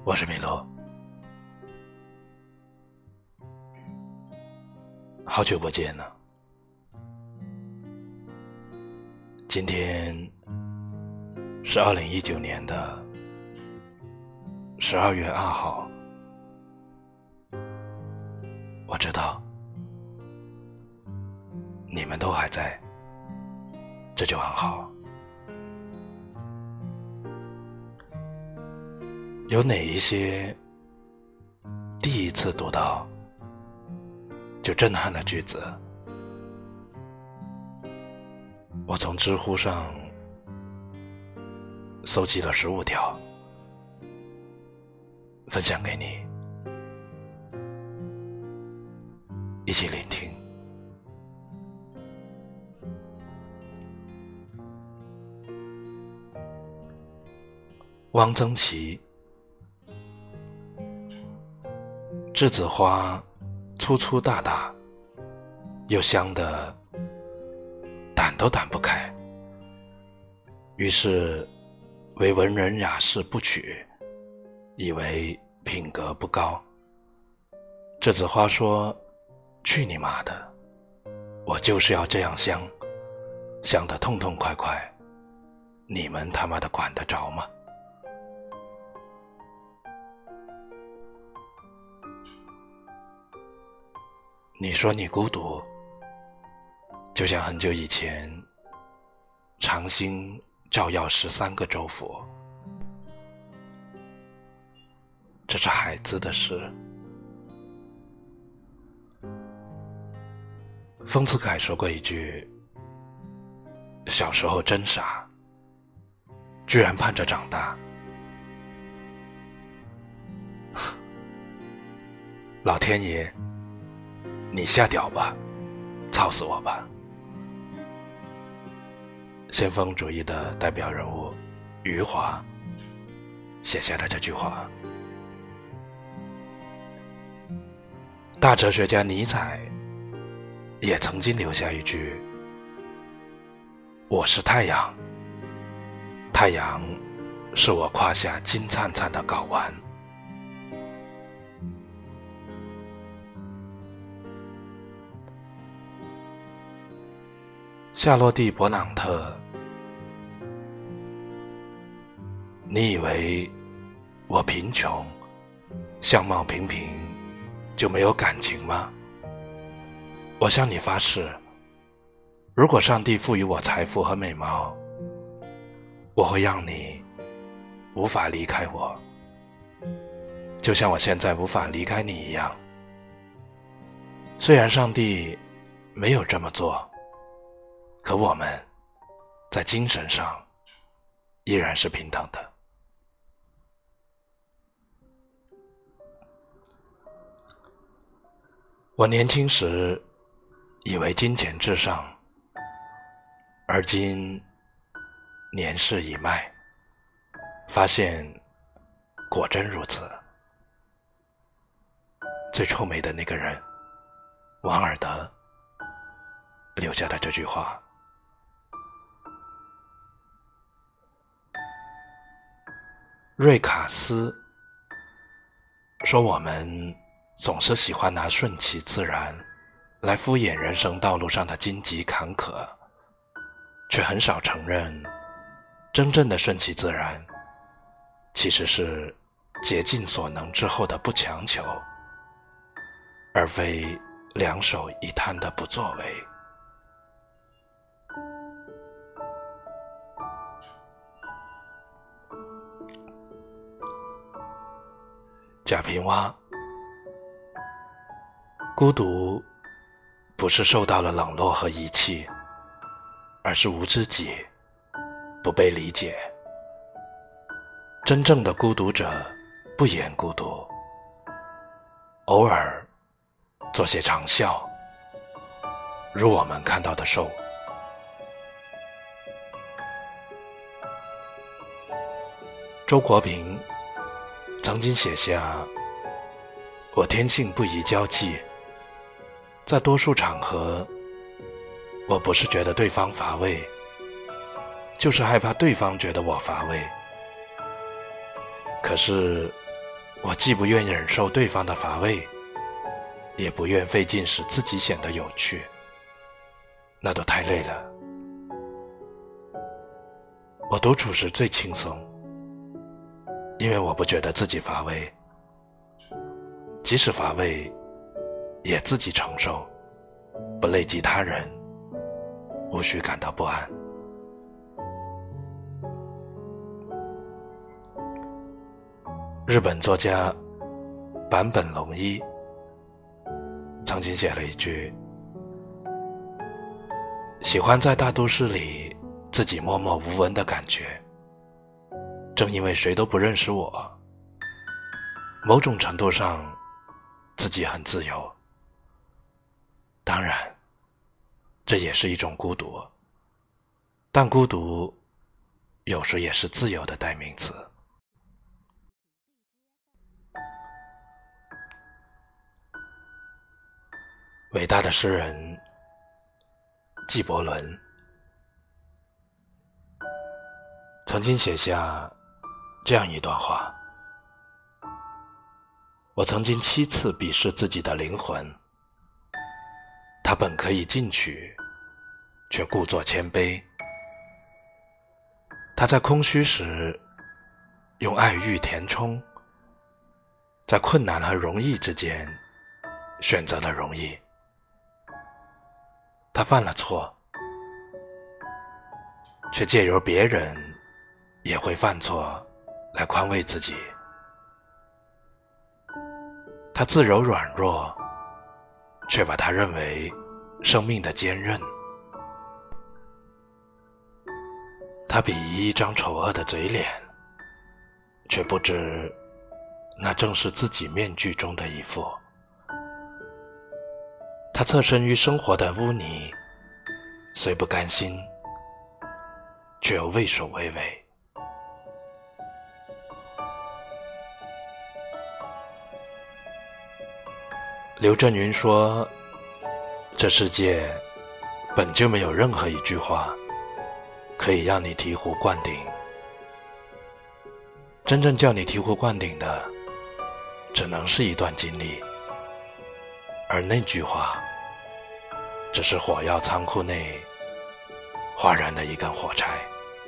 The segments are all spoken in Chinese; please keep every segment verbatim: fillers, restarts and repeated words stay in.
我是米洛，好久不见了。今天是二零一九年的十二月二号，我知道你们都还在，这就很好。有哪一些第一次读到就震撼的句子，我从知乎上搜集了十五条，分享给你，一起聆听。汪曾祺，栀子花粗粗大大，又香得掸都掸不开，于是为文人雅士不取，以为品格不高。栀子花说：去你妈的，我就是要这样香，香得痛痛快快，你们他妈的管得着吗？你说你孤独，就像很久以前长兴照耀十三个州府，这是孩子的事。丰子恺说过一句：小时候真傻，居然盼着长大。老天爷，你下屌吧，操死我吧！先锋主义的代表人物余华写下的这句话。大哲学家尼采也曾经留下一句：我是太阳，太阳是我胯下金灿灿的睾丸。夏洛蒂·勃朗特，你以为我贫穷，相貌平平就没有感情吗？我向你发誓，如果上帝赋予我财富和美貌，我会让你无法离开我，就像我现在无法离开你一样。虽然上帝没有这么做，可我们在精神上依然是平等的。我年轻时以为金钱至上，而今年事已迈，发现果真如此。最臭美的那个人，王尔德留下的这句话。瑞卡斯说，我们总是喜欢拿顺其自然来敷衍人生道路上的荆棘坎坷，却很少承认真正的顺其自然其实是竭尽所能之后的不强求，而非两手一摊的不作为。贾平凹，孤独不是受到了冷落和遗弃，而是无知己，不被理解。真正的孤独者不言孤独，偶尔做些长啸，如我们看到的兽。周国平曾经写下：我天性不宜交际，在多数场合，我不是觉得对方乏味，就是害怕对方觉得我乏味。可是我既不愿忍受对方的乏味，也不愿费劲使自己显得有趣，那都太累了。我独处时最轻松，因为我不觉得自己乏味，即使乏味也自己承受，不累及他人，无需感到不安。日本作家坂本龙一曾经写了一句：喜欢在大都市里自己默默无闻的感觉，正因为谁都不认识我，某种程度上自己很自由。当然这也是一种孤独，但孤独有时也是自由的代名词。伟大的诗人纪伯伦曾经写下这样一段话：我曾经七次鄙视自己的灵魂，他本可以进取，却故作谦卑。他在空虚时用爱欲填充，在困难和容易之间选择了容易。他犯了错，却借由别人也会犯错来宽慰自己。他自柔软弱，却把他认为生命的坚韧。他鄙夷一张丑恶的嘴脸，却不知那正是自己面具中的一副。他侧身于生活的污泥，虽不甘心，却又畏首畏尾。刘震云说，这世界本就没有任何一句话可以让你醍醐灌顶，真正叫你醍醐灌顶的只能是一段经历，而那句话只是火药仓库内哗然的一根火柴。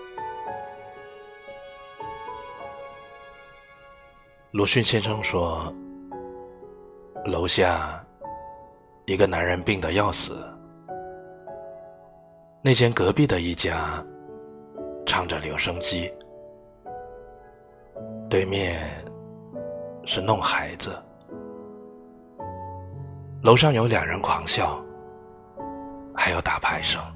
鲁迅先生说，楼下一个男人病得要死，那间隔壁的一家唱着留声机，对面是弄孩子，楼上有两人狂笑，还有打牌声。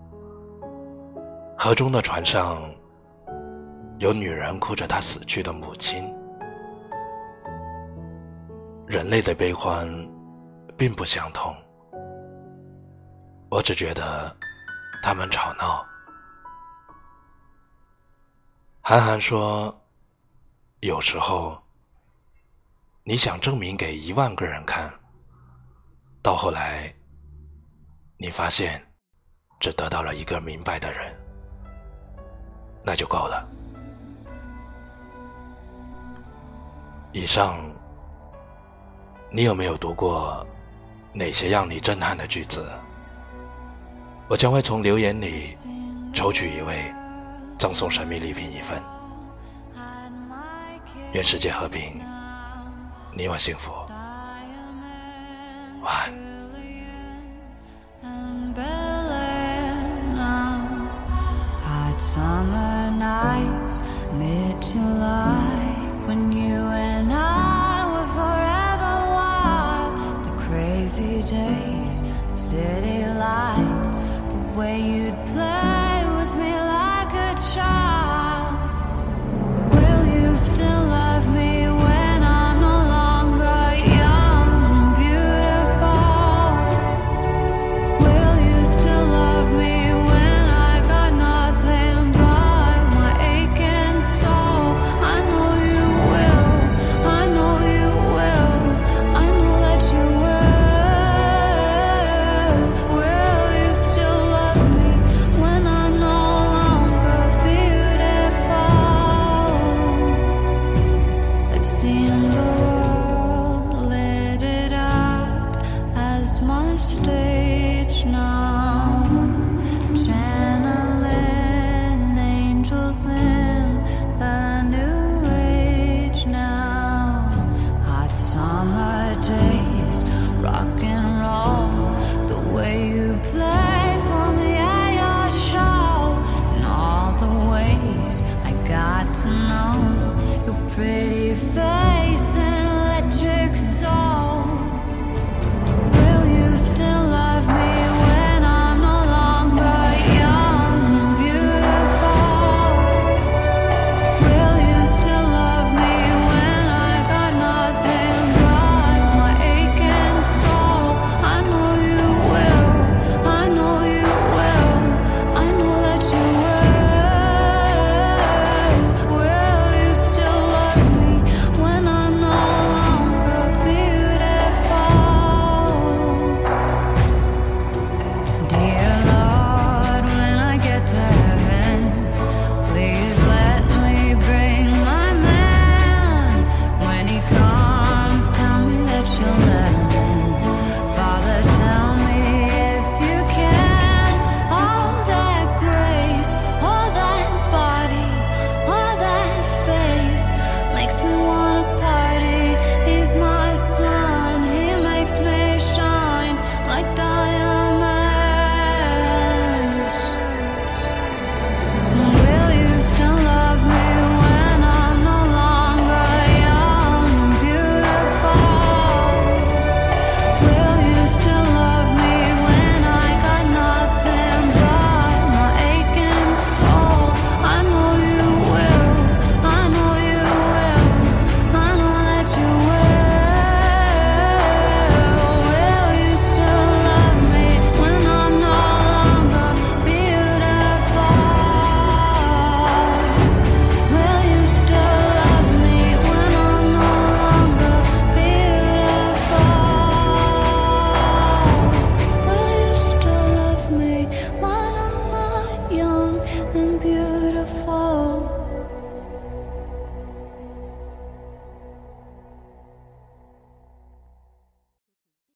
河中的船上有女人哭着她死去的母亲。人类的悲欢并不相同，我只觉得他们吵闹。韩寒说，有时候你想证明给一万个人看，到后来你发现只得到了一个明白的人，那就够了。以上你有没有读过哪些让你震撼的句子？我将会从留言里抽取一位，赠送神秘礼品一份。愿世界和平，你我幸福。晚安。 Summer nights, mid-July, when you and I were forever wild. The crazy days, city lights, the way you'd play with me like a child. Will you still love me when I'm no longer young and beautiful? Will you still love me when I got nothing but my aching soul? I know you will, I know summer